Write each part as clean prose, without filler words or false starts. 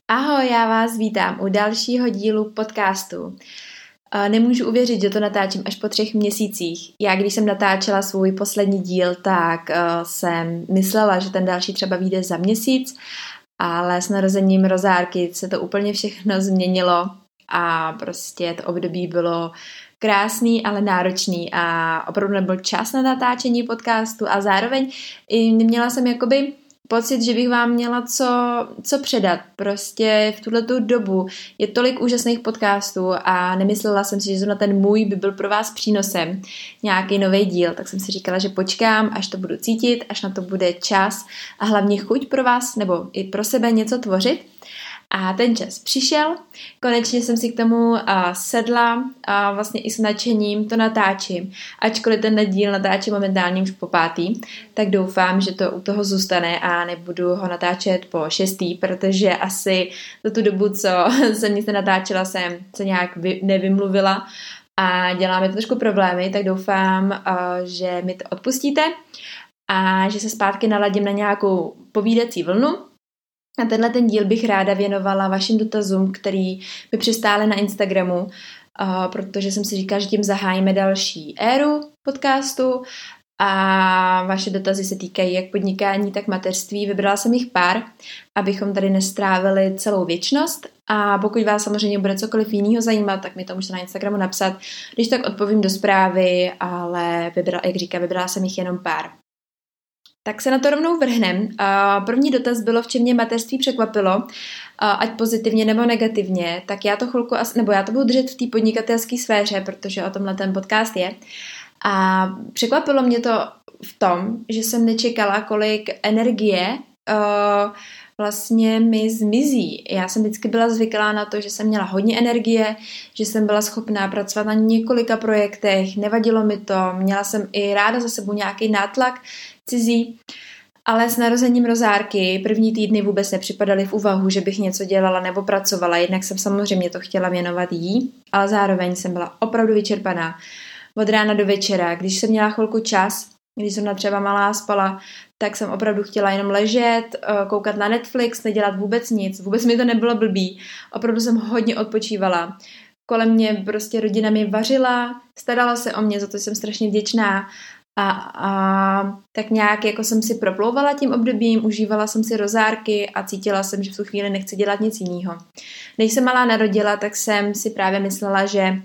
Ahoj, já vás vítám u dalšího dílu podcastu. Nemůžu uvěřit, že to natáčím až po 3 měsících. Já když jsem natáčela svůj poslední díl, tak jsem myslela, že ten další třeba vyjde za měsíc, ale s narozením Rozárky se to úplně všechno změnilo a prostě to období bylo krásný, ale náročný a opravdu nebyl čas na natáčení podcastu a zároveň i neměla jsem jakoby pocit, že bych vám měla co předat. Prostě v tuhletu dobu je tolik úžasných podcastů a nemyslela jsem si, že zrovna ten můj by byl pro vás přínosem, nějaký nový díl, tak jsem si říkala, že počkám, až to budu cítit, až na to bude čas a hlavně chuť pro vás nebo i pro sebe něco tvořit. A ten čas přišel, konečně jsem si k tomu sedla a vlastně i s nadšením to natáčím. Ačkoliv ten díl natáčím momentálně už po 5., tak doufám, že to u toho zůstane a nebudu ho natáčet po 6., protože asi za tu dobu, co jsem nic nenatáčela, jsem se nějak nevymluvila a děláme to trošku problémy, tak doufám, že mi to odpustíte a že se zpátky naladím na nějakou povídací vlnu. A tenhle ten díl bych ráda věnovala vašim dotazům, který mi přistály na Instagramu, protože jsem si říkala, že tím zahájíme další éru podcastu a vaše dotazy se týkají jak podnikání, tak mateřství. Vybrala jsem jich pár, abychom tady nestrávili celou věčnost a pokud vás samozřejmě bude cokoliv jiného zajímat, tak mi to můžete na Instagramu napsat, když tak odpovím do zprávy, ale vybrala jsem jich jenom pár. Tak se na to rovnou vrhnem. První dotaz bylo, v čem mě mateřství překvapilo, ať pozitivně nebo negativně, tak já to budu držet v té podnikatelské sféře, protože o tomhle ten podcast je. A překvapilo mě to v tom, že jsem nečekala, kolik energie vlastně mi zmizí. Já jsem vždycky byla zvyklá na to, že jsem měla hodně energie, že jsem byla schopná pracovat na několika projektech, nevadilo mi to, měla jsem i ráda za sebou nějaký nátlak cizí, ale s narozením Rozárky první týdny vůbec nepřipadaly v úvahu, že bych něco dělala nebo pracovala, jednak jsem samozřejmě to chtěla věnovat jí, ale zároveň jsem byla opravdu vyčerpaná od rána do večera. Když jsem měla chvilku čas, když jsem třeba malá spala, tak jsem opravdu chtěla jenom ležet, koukat na Netflix, nedělat vůbec nic. Vůbec mi to nebylo blbý. Opravdu jsem hodně odpočívala. Kolem mě prostě rodina mi vařila, starala se o mě, za to jsem strašně vděčná. A tak nějak jako jsem si proplouvala tím obdobím, užívala jsem si Rozárky a cítila jsem, že v tu chvíli nechci dělat nic jiného. Když jsem malá narodila, tak jsem si právě myslela, že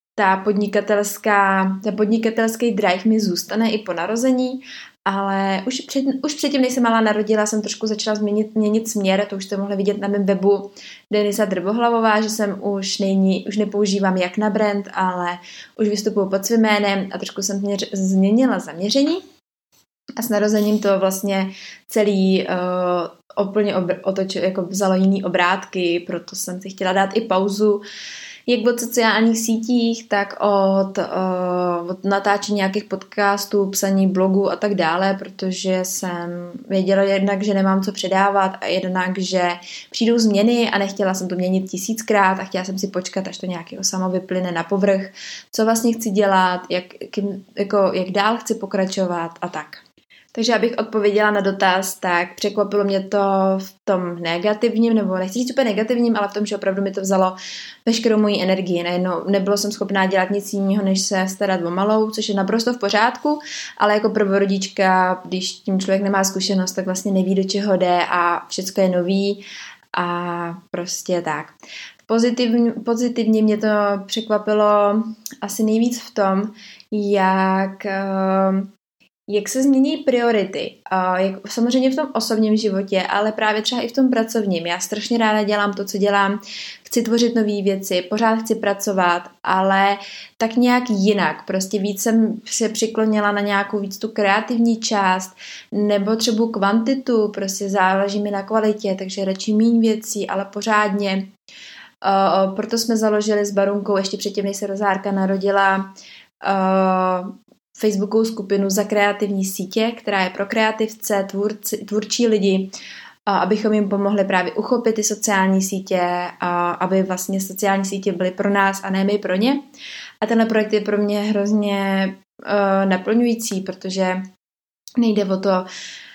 ten podnikatelský drive mi zůstane i po narození, ale už předtím, než jsem malá narodila, jsem trošku začala měnit směr, to už jste mohli vidět na mém webu Denisa Drbohlavová, že jsem už nepoužívám jak na brand, ale už vystupuji pod svým jménem a trošku jsem změnila zaměření a s narozením to vlastně celý úplně jako vzalo jiný obrátky, proto jsem si chtěla dát i pauzu, jak od sociálních sítích, tak od natáčení nějakých podcastů, psaní blogů a tak dále, protože jsem věděla jednak, že nemám co předávat a jednak, že přijdou změny a nechtěla jsem to měnit 1000krát a chtěla jsem si počkat, až to nějakého samo vyplyne na povrch, co vlastně chci dělat, jak dál chci pokračovat a tak. Takže abych odpověděla na dotaz, tak překvapilo mě to v tom negativním, nebo nechci říct úplně negativním, ale v tom, že opravdu mi to vzalo veškerou moji energii. Najednou nebyla jsem schopná dělat nic jiného, než se starat o malou, což je naprosto v pořádku, ale jako prvorodička, když tím člověk nemá zkušenost, tak vlastně neví, do čeho jde a všechno je nový a prostě tak. Pozitivně mě to překvapilo asi nejvíc v tom, jak se změní priority, samozřejmě v tom osobním životě, ale právě třeba i v tom pracovním. Já strašně ráda dělám to, co dělám, chci tvořit nové věci, pořád chci pracovat, ale tak nějak jinak. Prostě víc jsem se přiklonila na nějakou víc tu kreativní část, nebo třeba kvantitu, prostě záleží mi na kvalitě, takže radši míň věcí, ale pořádně. Proto jsme založili s Barunkou, ještě předtím, než se Rozárka narodila, Facebookovou skupinu za kreativní sítě, která je pro kreativce, tvůrčí lidi, abychom jim pomohli právě uchopit ty sociální sítě, aby vlastně sociální sítě byly pro nás a ne my pro ně. A tenhle projekt je pro mě hrozně naplňující, protože nejde o to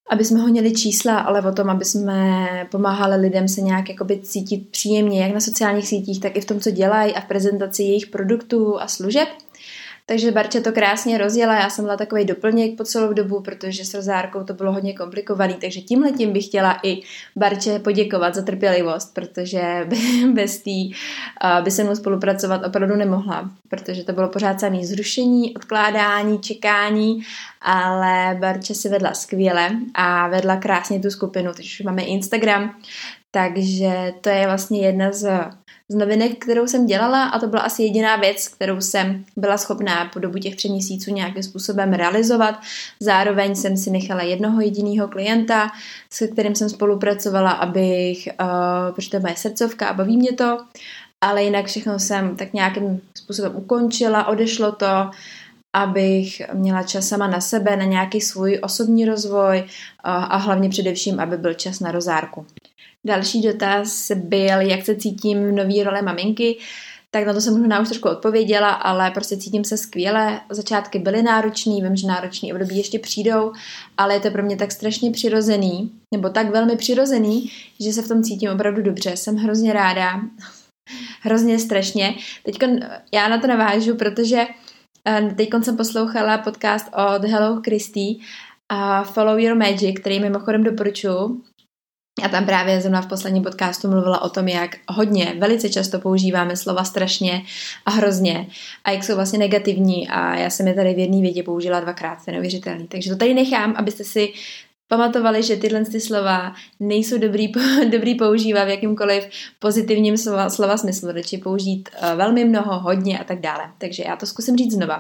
aby jsme honili čísla, ale o tom, aby jsme pomáhali lidem se nějak jakoby cítit příjemně, jak na sociálních sítích, tak i v tom, co dělají a v prezentaci jejich produktů a služeb. Takže Barča to krásně rozjela, já jsem byla takový doplněk po celou dobu, protože s rozárkou to bylo hodně komplikovaný, takže tímhletím bych chtěla i Barče poděkovat za trpělivost, protože bez té by se mnou spolupracovat opravdu nemohla, protože to bylo pořád samý zrušení, odkládání, čekání, ale Barča si vedla skvěle a vedla krásně tu skupinu, takže už máme Instagram, takže to je vlastně jedna z novinek, kterou jsem dělala a to byla asi jediná věc, kterou jsem byla schopná po dobu těch 3 měsíců nějakým způsobem realizovat. Zároveň jsem si nechala jednoho jediného klienta, se kterým jsem spolupracovala, protože to je moje srdcovka a baví mě to, ale jinak všechno jsem tak nějakým způsobem ukončila, odešlo to, abych měla čas sama na sebe, na nějaký svůj osobní rozvoj a hlavně především, aby byl čas na rozárku. Další dotaz byl, jak se cítím v nový roli maminky, tak na to jsem možná už trošku odpověděla, ale prostě cítím se skvěle. Začátky byly náročný, vím, že náročný období ještě přijdou, ale je to pro mě tak strašně přirozený, nebo tak velmi přirozený, že se v tom cítím opravdu dobře. Jsem hrozně ráda, hrozně strašně. Teď já na to navážu, protože teď jsem poslouchala podcast od Hello Christy a Follow Your Magic, který mimochodem doporučuji. Já tam právě zrovna v posledním podcastu mluvila o tom, jak velice často používáme slova strašně a hrozně a jak jsou vlastně negativní a já jsem je tady v jedné větě použila 2krát, to je neuvěřitelný. Takže to tady nechám, abyste si pamatovali, že tyhle slova nejsou dobrý používat v jakýmkoliv pozitivním slova smyslu, radši použít velmi mnoho, hodně a tak dále. Takže já to zkusím říct znova.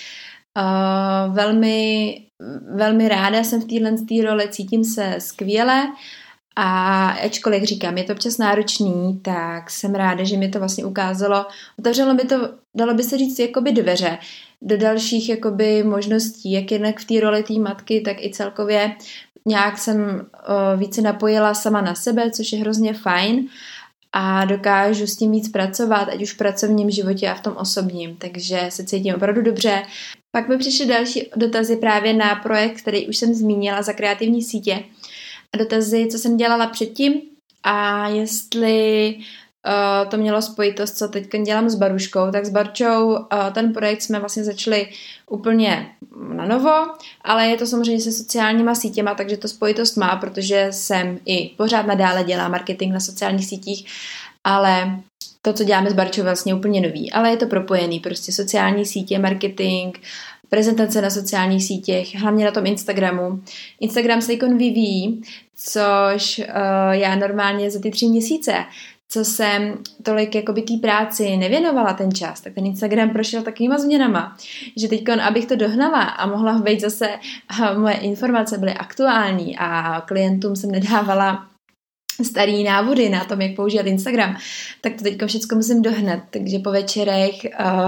Velmi, velmi ráda jsem v téhle roli, cítím se skvěle. A ačkoliv říkám, je to občas náročný, tak jsem ráda, že mi to vlastně ukázalo, otevřelo mi to, dalo by se říct, jakoby dveře do dalších jakoby možností, jak jednak v té roli té matky, tak i celkově nějak jsem více napojila sama na sebe, což je hrozně fajn a dokážu s tím víc pracovat, ať už v pracovním životě a v tom osobním, takže se cítím opravdu dobře. Pak mi přišly další dotazy právě na projekt, který už jsem zmínila za kreativní sítě, dotazy, co jsem dělala předtím a jestli to mělo spojitost, co teď dělám s Baruškou, tak s Barčou ten projekt jsme vlastně začali úplně na novo, ale je to samozřejmě se sociálníma sítěma, takže to spojitost má, protože jsem i pořád nadále dělá marketing na sociálních sítích, ale to, co děláme s Barčou, vlastně úplně nový, ale je to propojený, prostě sociální sítě, marketing, prezentace na sociálních sítích, hlavně na tom Instagramu. Instagram se vyvíjí, což já normálně za ty 3 měsíce, co jsem tolik jakoby té práci nevěnovala ten čas, tak ten Instagram prošel takovýma změnama, že teď, abych to dohnala a mohla být zase, moje informace byly aktuální a klientům jsem nedávala starý návody na tom, jak používat Instagram, tak to teďka všechno musím dohnat, takže po večerech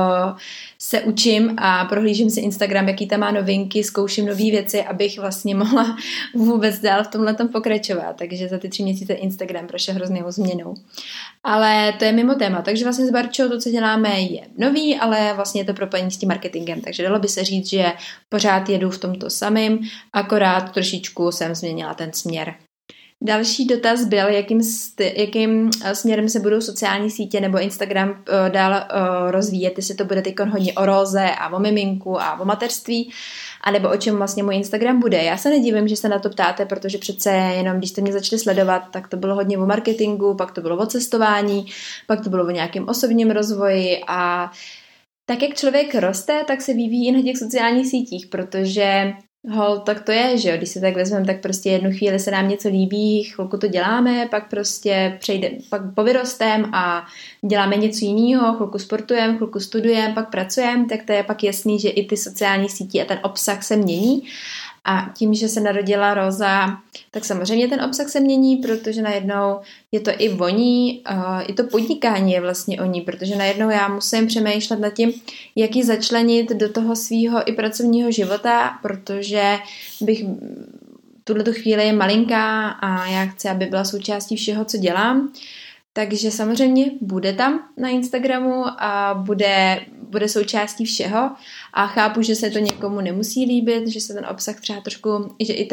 se učím a prohlížím si Instagram, jaký tam má novinky, zkouším nové věci, abych vlastně mohla vůbec dál v tomhletom pokračovat, takže za ty 3 měsíce Instagram prošel hroznou změnou. Ale to je mimo téma, takže vlastně s Barčou to, co děláme, je nový, ale vlastně je to propojení s tím marketingem, takže dalo by se říct, že pořád jedu v tomto samém, akorát trošičku jsem změnila ten směr. Další dotaz byl, jakým směrem se budou sociální sítě nebo Instagram dál rozvíjet, jestli to bude teď hodně o róze a o miminku a o mateřství, anebo o čem vlastně můj Instagram bude. Já se nedivím, že se na to ptáte, protože přece jenom, když jste mě začali sledovat, tak to bylo hodně o marketingu, pak to bylo o cestování, pak to bylo o nějakém osobním rozvoji a tak, jak člověk roste, tak se vyvíjí i na těch sociálních sítích, protože tak to je, že jo, když se tak vezmeme, tak prostě jednu chvíli se nám něco líbí, chvilku to děláme, pak prostě pak povyrostem a děláme něco jiného, chvilku sportujeme, chvilku studujeme, pak pracujeme, tak to je pak jasný, že i ty sociální sítě a ten obsah se mění a tím, že se narodila Roza, tak samozřejmě ten obsah se mění, protože najednou je to i o ní, i to podnikání je vlastně o ní, protože najednou já musím přemýšlet nad tím, jak ji začlenit do toho svýho i pracovního života, protože bych tuhletu chvíli je malinká a já chci, aby byla součástí všeho, co dělám. Takže samozřejmě bude tam na Instagramu a bude součástí všeho a chápu, že se to někomu nemusí líbit, že se ten obsah třeba trošku, že i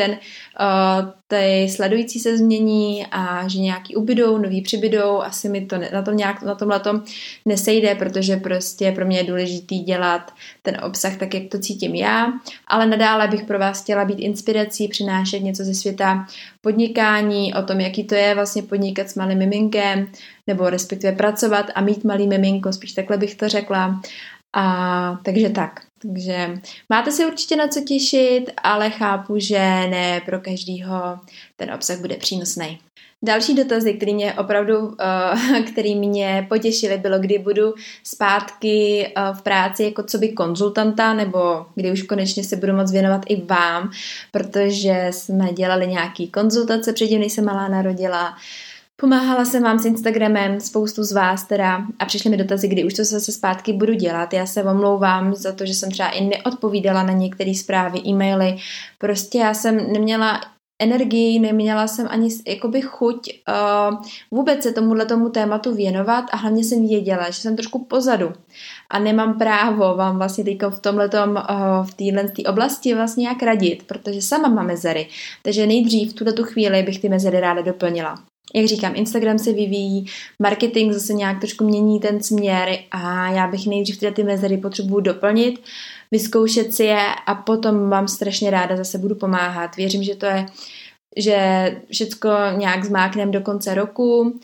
ty sledující se změní a že nějaký ubydou, noví přibydou, asi mi to na tomhletom nesejde, protože prostě pro mě je důležitý dělat ten obsah tak, jak to cítím já, ale nadále bych pro vás chtěla být inspirací, přinášet něco ze světa podnikání, o tom, jaký to je vlastně podnikat s malým miminkem, nebo respektive pracovat a mít malý miminko, spíš takhle bych to řekla. Takže máte se určitě na co těšit, ale chápu, že ne pro každýho ten obsah bude přínosný. Další dotazy, který mě potěšily, bylo, kdy budu zpátky v práci jako coby konzultanta, nebo kdy už konečně se budu moct věnovat i vám, protože jsme dělali nějaký konzultace předtím, než jsem malá narodila. Pomáhala jsem vám s Instagramem, spoustu z vás teda, a přišly mi dotazy, kdy už to zase zpátky budu dělat. Já se omlouvám za to, že jsem třeba i neodpovídala na některé zprávy, e-maily. Prostě já jsem neměla energii, neměla jsem ani jakoby chuť vůbec se tomu tématu věnovat a hlavně jsem věděla, že jsem trošku pozadu a nemám právo vám vlastně teď v této oblasti vlastně nějak radit, protože sama mám mezery. Takže nejdřív v tuto chvíli bych ty mezery ráda doplnila. Jak říkám, Instagram se vyvíjí, marketing zase nějak trošku mění ten směr a já bych nejdřív ty mezery potřebuju doplnit, vyzkoušet si je a potom vám strašně ráda zase budu pomáhat. Věřím, že všecko nějak zmáknem do konce roku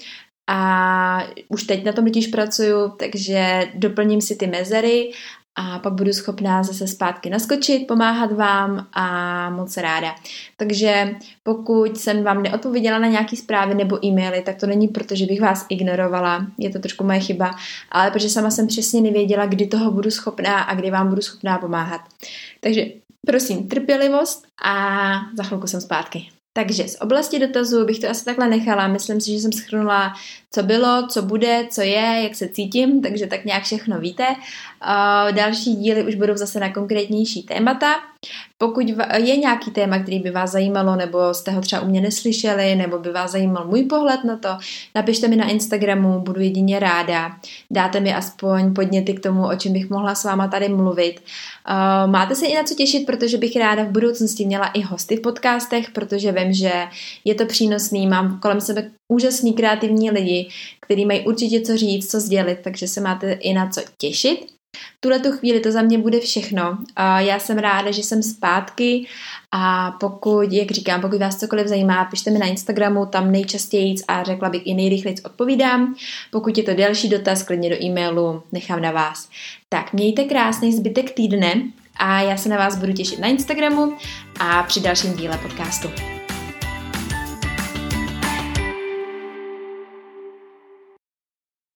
a už teď na tom totiž pracuju, takže doplním si ty mezery a pak budu schopná zase zpátky naskočit, pomáhat vám a moc ráda. Takže pokud jsem vám neodpověděla na nějaké zprávy nebo e-maily, tak to není proto, že bych vás ignorovala, je to trošku moje chyba, ale protože sama jsem přesně nevěděla, kdy toho budu schopná a kdy vám budu schopná pomáhat. Takže prosím, trpělivost a za chvilku jsem zpátky. Takže z oblasti dotazů bych to asi takhle nechala. Myslím si, že jsem shrnula, co bylo, co bude, co je, jak se cítím, takže tak nějak všechno víte. Další díly už budou zase na konkrétnější témata. Pokud je nějaký téma, který by vás zajímalo, nebo jste ho třeba u mě neslyšeli, nebo by vás zajímal můj pohled na to, napište mi na Instagramu, budu jedině ráda. Dáte mi aspoň podněty k tomu, o čem bych mohla s váma tady mluvit. Máte se i na co těšit, protože bych ráda v budoucnosti měla i hosty v podcastech, protože vím, že je to přínosný, mám kolem sebe úžasný kreativní lidi, kteří mají určitě co říct, co sdělit, takže se máte i na co těšit. V tuhletu chvíli to za mě bude všechno. Já jsem ráda, že jsem zpátky a pokud vás cokoliv zajímá, pište mi na Instagramu, tam nejčastěji a řekla bych i nejrychleji odpovídám. Pokud je to další dotaz, klidně do e-mailu, nechám na vás. Tak mějte krásný zbytek týdne a já se na vás budu těšit na Instagramu a při dalším díle podcastu.